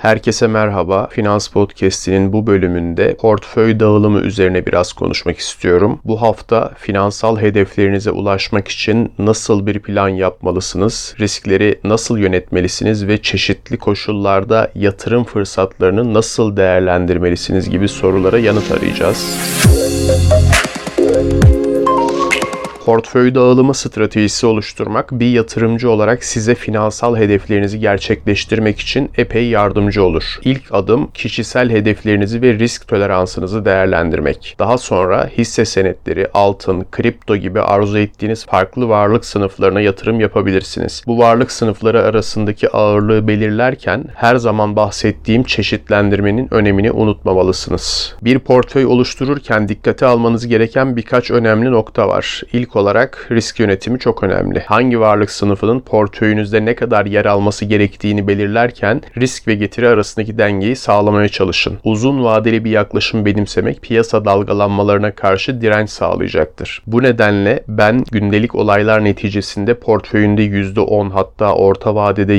Herkese merhaba. Finans Podcast'inin bu bölümünde portföy dağılımı üzerine biraz konuşmak istiyorum. Bu hafta finansal hedeflerinize ulaşmak için nasıl bir plan yapmalısınız, riskleri nasıl yönetmelisiniz ve çeşitli koşullarda yatırım fırsatlarını nasıl değerlendirmelisiniz gibi sorulara yanıt arayacağız. Portföy dağılımı stratejisi oluşturmak bir yatırımcı olarak size finansal hedeflerinizi gerçekleştirmek için epey yardımcı olur. İlk adım kişisel hedeflerinizi ve risk toleransınızı değerlendirmek. Daha sonra hisse senetleri, altın, kripto gibi arzu ettiğiniz farklı varlık sınıflarına yatırım yapabilirsiniz. Bu varlık sınıfları arasındaki ağırlığı belirlerken her zaman bahsettiğim çeşitlendirmenin önemini unutmamalısınız. Bir portföy oluştururken dikkate almanız gereken birkaç önemli nokta var. İlk olarak risk yönetimi çok önemli. Hangi varlık sınıfının portföyünüzde ne kadar yer alması gerektiğini belirlerken risk ve getiri arasındaki dengeyi sağlamaya çalışın. Uzun vadeli bir yaklaşım benimsemek piyasa dalgalanmalarına karşı direnç sağlayacaktır. Bu nedenle ben gündelik olaylar neticesinde portföyünde %10 hatta orta vadede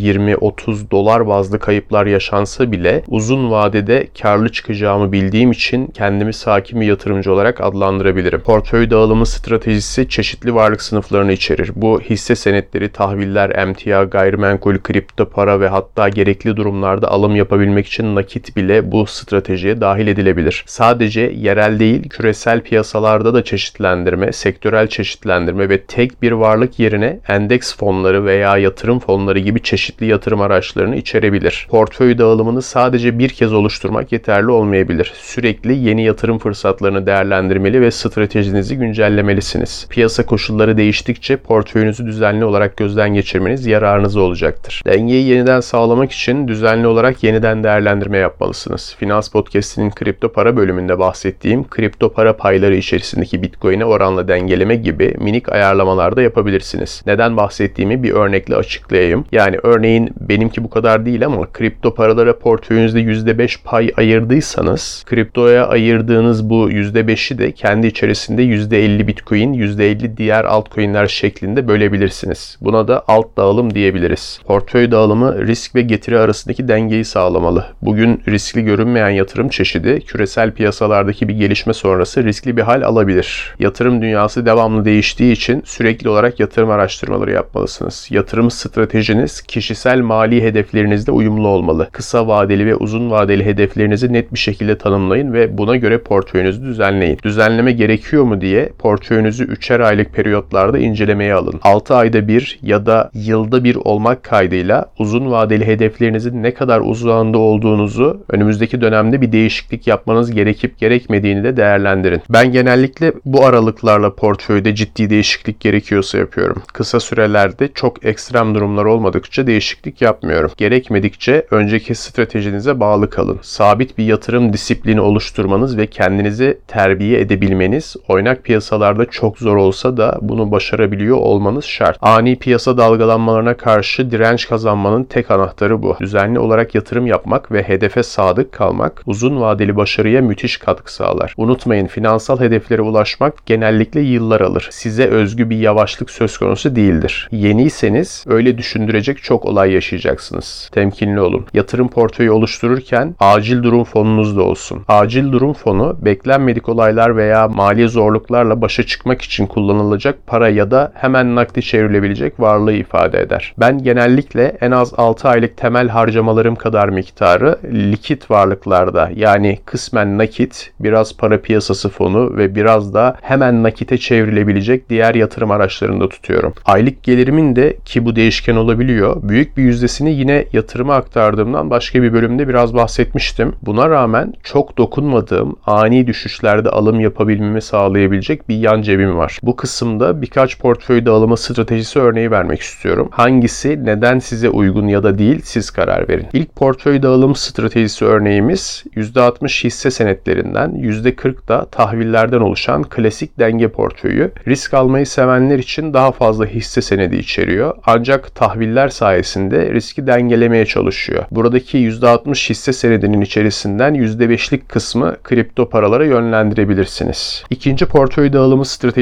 %20-30 dolar bazlı kayıplar yaşansa bile uzun vadede karlı çıkacağımı bildiğim için kendimi sakin bir yatırımcı olarak adlandırabilirim. Portföy dağılımı stratejisi çeşitli varlık sınıflarını içerir. Bu hisse senetleri, tahviller, emtia, gayrimenkul, kripto para ve hatta gerekli durumlarda alım yapabilmek için nakit bile bu stratejiye dahil edilebilir. Sadece yerel değil, küresel piyasalarda da çeşitlendirme, sektörel çeşitlendirme ve tek bir varlık yerine endeks fonları veya yatırım fonları gibi çeşitli yatırım araçlarını içerebilir. Portföy dağılımını sadece bir kez oluşturmak yeterli olmayabilir. Sürekli yeni yatırım fırsatlarını değerlendirmeli ve stratejinizi güncellemelisiniz. Piyasa koşulları değiştikçe portföyünüzü düzenli olarak gözden geçirmeniz yararınıza olacaktır. Dengeyi yeniden sağlamak için düzenli olarak yeniden değerlendirme yapmalısınız. Finans Podcast'inin kripto para bölümünde bahsettiğim kripto para payları içerisindeki Bitcoin'e oranla dengeleme gibi minik ayarlamalar da yapabilirsiniz. Neden bahsettiğimi bir örnekle açıklayayım. Yani örneğin benimki bu kadar değil ama kripto paralara portföyünüzde %5 pay ayırdıysanız kriptoya ayırdığınız bu %5'i de kendi içerisinde %50 Bitcoin, %50 diğer altcoin'ler şeklinde bölebilirsiniz. Buna da alt dağılım diyebiliriz. Portföy dağılımı risk ve getiri arasındaki dengeyi sağlamalı. Bugün riskli görünmeyen yatırım çeşidi küresel piyasalardaki bir gelişme sonrası riskli bir hal alabilir. Yatırım dünyası devamlı değiştiği için sürekli olarak yatırım araştırmaları yapmalısınız. Yatırım stratejiniz kişisel mali hedeflerinizle uyumlu olmalı. Kısa vadeli ve uzun vadeli hedeflerinizi net bir şekilde tanımlayın ve buna göre portföyünüzü düzenleyin. Düzenleme gerekiyor mu diye portföyünüzü 3'er aylık periyotlarda incelemeye alın. 6 ayda bir ya da yılda bir olmak kaydıyla uzun vadeli hedeflerinizin ne kadar uzağında olduğunuzu, önümüzdeki dönemde bir değişiklik yapmanız gerekip gerekmediğini de değerlendirin. Ben genellikle bu aralıklarla portföyde ciddi değişiklik gerekiyorsa yapıyorum. Kısa sürelerde çok ekstrem durumlar olmadıkça değişiklik yapmıyorum. Gerekmedikçe önceki stratejinize bağlı kalın. Sabit bir yatırım disiplini oluşturmanız ve kendinizi terbiye edebilmeniz oynak piyasalarda çok zor olsa da bunu başarabiliyor olmanız şart. Ani piyasa dalgalanmalarına karşı direnç kazanmanın tek anahtarı bu. Düzenli olarak yatırım yapmak ve hedefe sadık kalmak uzun vadeli başarıya müthiş katkı sağlar. Unutmayın, finansal hedeflere ulaşmak genellikle yıllar alır. Size özgü bir yavaşlık söz konusu değildir. Yeniyseniz öyle düşündürecek çok olay yaşayacaksınız. Temkinli olun. Yatırım portföyü oluştururken acil durum fonunuz da olsun. Acil durum fonu beklenmedik olaylar veya mali zorluklarla başa çıkmak için kullanılacak para ya da hemen nakdi çevrilebilecek varlığı ifade eder. Ben genellikle en az 6 aylık temel harcamalarım kadar miktarı likit varlıklarda, yani kısmen nakit, biraz para piyasası fonu ve biraz da hemen nakite çevrilebilecek diğer yatırım araçlarında tutuyorum. Aylık gelirimin de, ki bu değişken olabiliyor, büyük bir yüzdesini yine yatırıma aktardığımdan başka bir bölümde biraz bahsetmiştim. Buna rağmen çok dokunmadığım, ani düşüşlerde alım yapabilmemi sağlayabilecek bir yan cebim var. Bu kısımda birkaç portföy dağılımı stratejisi örneği vermek istiyorum. Hangisi neden size uygun ya da değil, siz karar verin. İlk portföy dağılım stratejisi örneğimiz %60 hisse senetlerinden, %40 da tahvillerden oluşan klasik denge portföyü. Risk almayı sevenler için daha fazla hisse senedi içeriyor. Ancak tahviller sayesinde riski dengelemeye çalışıyor. Buradaki %60 hisse senedinin içerisinden %5'lik kısmı kripto paralara yönlendirebilirsiniz. İkinci portföy dağılımı stratejisi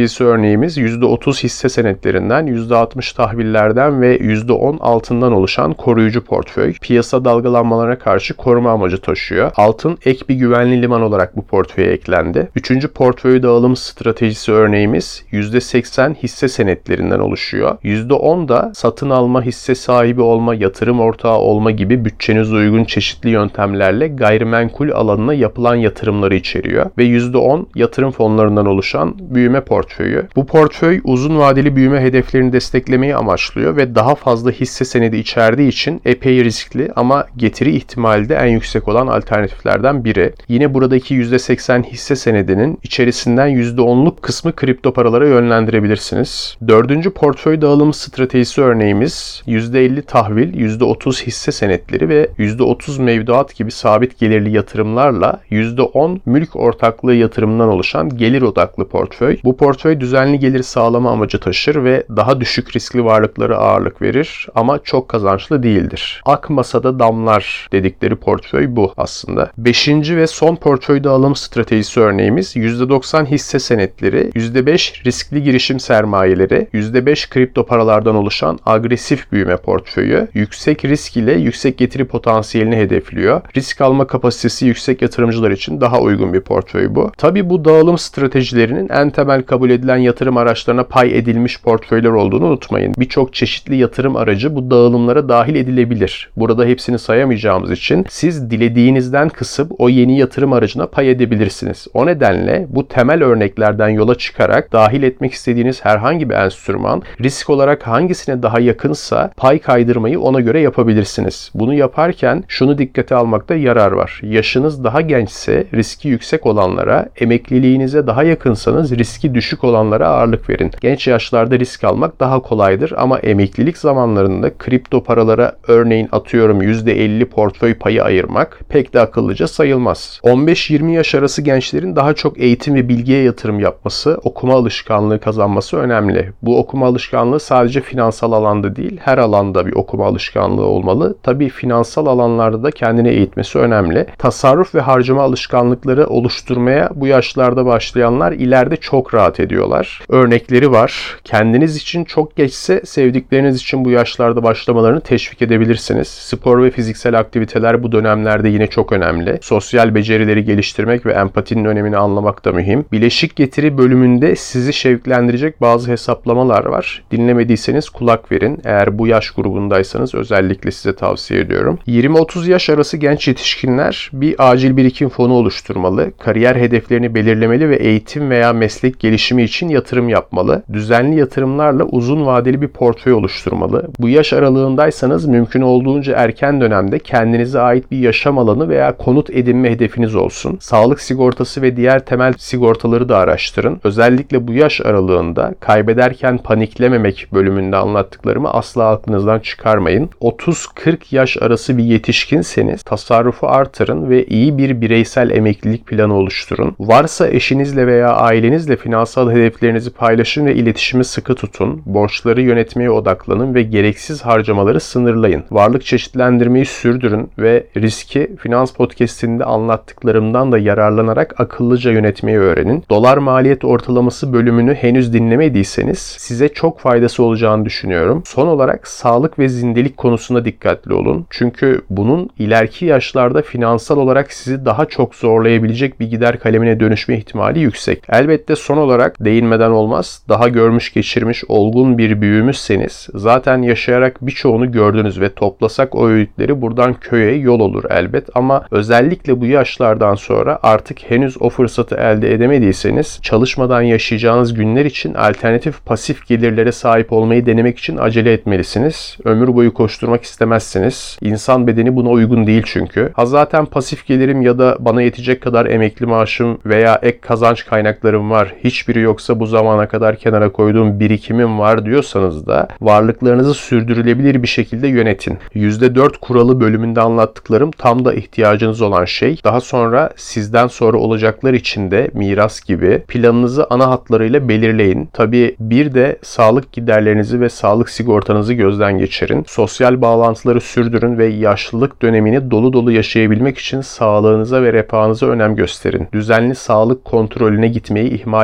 stratejisi örneğimiz %30 hisse senetlerinden, %60 tahvillerden ve %10 altından oluşan koruyucu portföy. Piyasa dalgalanmalarına karşı koruma amacı taşıyor. Altın ek bir güvenli liman olarak bu portföye eklendi. Üçüncü portföy dağılım stratejisi örneğimiz %80 hisse senetlerinden oluşuyor. %10 da satın alma, hisse sahibi olma, yatırım ortağı olma gibi bütçenize uygun çeşitli yöntemlerle gayrimenkul alanına yapılan yatırımları içeriyor. Ve %10 yatırım fonlarından oluşan büyüme portföyü. Bu portföy uzun vadeli büyüme hedeflerini desteklemeyi amaçlıyor ve daha fazla hisse senedi içerdiği için epey riskli ama getiri ihtimali de en yüksek olan alternatiflerden biri. Yine buradaki %80 hisse senedinin içerisinden %10'luk kısmı kripto paralara yönlendirebilirsiniz. Dördüncü portföy dağılım stratejisi örneğimiz %50 tahvil, %30 hisse senetleri ve %30 mevduat gibi sabit gelirli yatırımlarla %10 mülk ortaklığı yatırımından oluşan gelir odaklı portföy. Bu portföy düzenli gelir sağlama amacı taşır ve daha düşük riskli varlıklara ağırlık verir ama çok kazançlı değildir. Ak masada damlar dedikleri portföy bu aslında. Beşinci ve son portföy dağılım stratejisi örneğimiz %90 hisse senetleri, %5 riskli girişim sermayeleri, %5 kripto paralardan oluşan agresif büyüme portföyü, yüksek risk ile yüksek getiri potansiyelini hedefliyor. Risk alma kapasitesi yüksek yatırımcılar için daha uygun bir portföy bu. Tabii bu dağılım stratejilerinin en temel kabul edilen yatırım araçlarına pay edilmiş portföyler olduğunu unutmayın. Birçok çeşitli yatırım aracı bu dağılımlara dahil edilebilir. Burada hepsini sayamayacağımız için siz dilediğinizden kısıp o yeni yatırım aracına pay edebilirsiniz. O nedenle bu temel örneklerden yola çıkarak dahil etmek istediğiniz herhangi bir enstrüman risk olarak hangisine daha yakınsa pay kaydırmayı ona göre yapabilirsiniz. Bunu yaparken şunu dikkate almakta yarar var. Yaşınız daha gençse riski yüksek olanlara, emekliliğinize daha yakınsanız riski düşük olanlara ağırlık verin. Genç yaşlarda risk almak daha kolaydır ama emeklilik zamanlarında kripto paralara örneğin atıyorum %50 portföy payı ayırmak pek de akıllıca sayılmaz. 15-20 yaş arası gençlerin daha çok eğitim ve bilgiye yatırım yapması, okuma alışkanlığı kazanması önemli. Bu okuma alışkanlığı sadece finansal alanda değil, her alanda bir okuma alışkanlığı olmalı. Tabii finansal alanlarda da kendini eğitmesi önemli. Tasarruf ve harcama alışkanlıkları oluşturmaya bu yaşlarda başlayanlar ileride çok rahat ediyorlar. Örnekleri var. Kendiniz için çok geçse sevdikleriniz için bu yaşlarda başlamalarını teşvik edebilirsiniz. Spor ve fiziksel aktiviteler bu dönemlerde yine çok önemli. Sosyal becerileri geliştirmek ve empatinin önemini anlamak da mühim. Bileşik getiri bölümünde sizi şevklendirecek bazı hesaplamalar var. Dinlemediyseniz kulak verin. Eğer bu yaş grubundaysanız özellikle size tavsiye ediyorum. 20-30 yaş arası genç yetişkinler bir acil birikim fonu oluşturmalı. Kariyer hedeflerini belirlemeli ve eğitim veya meslek gelişimi için yatırım yapmalı. Düzenli yatırımlarla uzun vadeli bir portföy oluşturmalı. Bu yaş aralığındaysanız mümkün olduğunca erken dönemde kendinize ait bir yaşam alanı veya konut edinme hedefiniz olsun. Sağlık sigortası ve diğer temel sigortaları da araştırın. Özellikle bu yaş aralığında kaybederken paniklememek bölümünde anlattıklarımı asla aklınızdan çıkarmayın. 30-40 yaş arası bir yetişkinseniz tasarrufu artırın ve iyi bir bireysel emeklilik planı oluşturun. Varsa eşinizle veya ailenizle finansal hedeflerinizi paylaşın ve iletişimi sıkı tutun. Borçları yönetmeye odaklanın ve gereksiz harcamaları sınırlayın. Varlık çeşitlendirmeyi sürdürün ve riski Finans Podcast'inde anlattıklarımdan da yararlanarak akıllıca yönetmeyi öğrenin. Dolar maliyet ortalaması bölümünü henüz dinlemediyseniz size çok faydası olacağını düşünüyorum. Son olarak sağlık ve zindelik konusunda dikkatli olun. Çünkü bunun ileriki yaşlarda finansal olarak sizi daha çok zorlayabilecek bir gider kalemine dönüşme ihtimali yüksek. Elbette son olarak değinmeden olmaz. Daha görmüş geçirmiş olgun bir büyüğümüzseniz zaten yaşayarak birçoğunu gördünüz ve toplasak o öğütleri buradan köye yol olur elbet ama özellikle bu yaşlardan sonra artık henüz o fırsatı elde edemediyseniz çalışmadan yaşayacağınız günler için alternatif pasif gelirlere sahip olmayı denemek için acele etmelisiniz. Ömür boyu koşturmak istemezsiniz. İnsan bedeni buna uygun değil çünkü. Ha zaten pasif gelirim ya da bana yetecek kadar emekli maaşım veya ek kazanç kaynaklarım var. Hiçbiri yoksa bu zamana kadar kenara koyduğum birikimim var diyorsanız da varlıklarınızı sürdürülebilir bir şekilde yönetin. %4 kuralı bölümünde anlattıklarım tam da ihtiyacınız olan şey. Daha sonra sizden sonra olacaklar için de miras gibi planınızı ana hatlarıyla belirleyin. Tabii bir de sağlık giderlerinizi ve sağlık sigortanızı gözden geçirin. Sosyal bağlantıları sürdürün ve yaşlılık dönemini dolu dolu yaşayabilmek için sağlığınıza ve refahınıza önem gösterin. Düzenli sağlık kontrolüne gitmeyi ihmal etmeyin.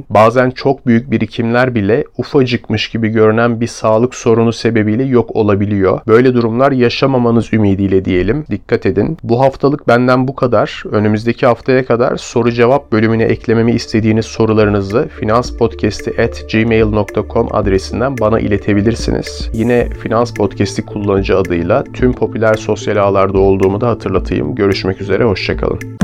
unutmayın. Bazen çok büyük birikimler bile ufacıkmış gibi görünen bir sağlık sorunu sebebiyle yok olabiliyor. Böyle durumlar yaşamamanız ümidiyle diyelim. Dikkat edin. Bu haftalık benden bu kadar. Önümüzdeki haftaya kadar soru cevap bölümüne eklememi istediğiniz sorularınızı finanspodcasti@gmail.com adresinden bana iletebilirsiniz. Yine Finans Podcast'i kullanıcı adıyla tüm popüler sosyal ağlarda olduğumu da hatırlatayım. Görüşmek üzere, hoşça kalın.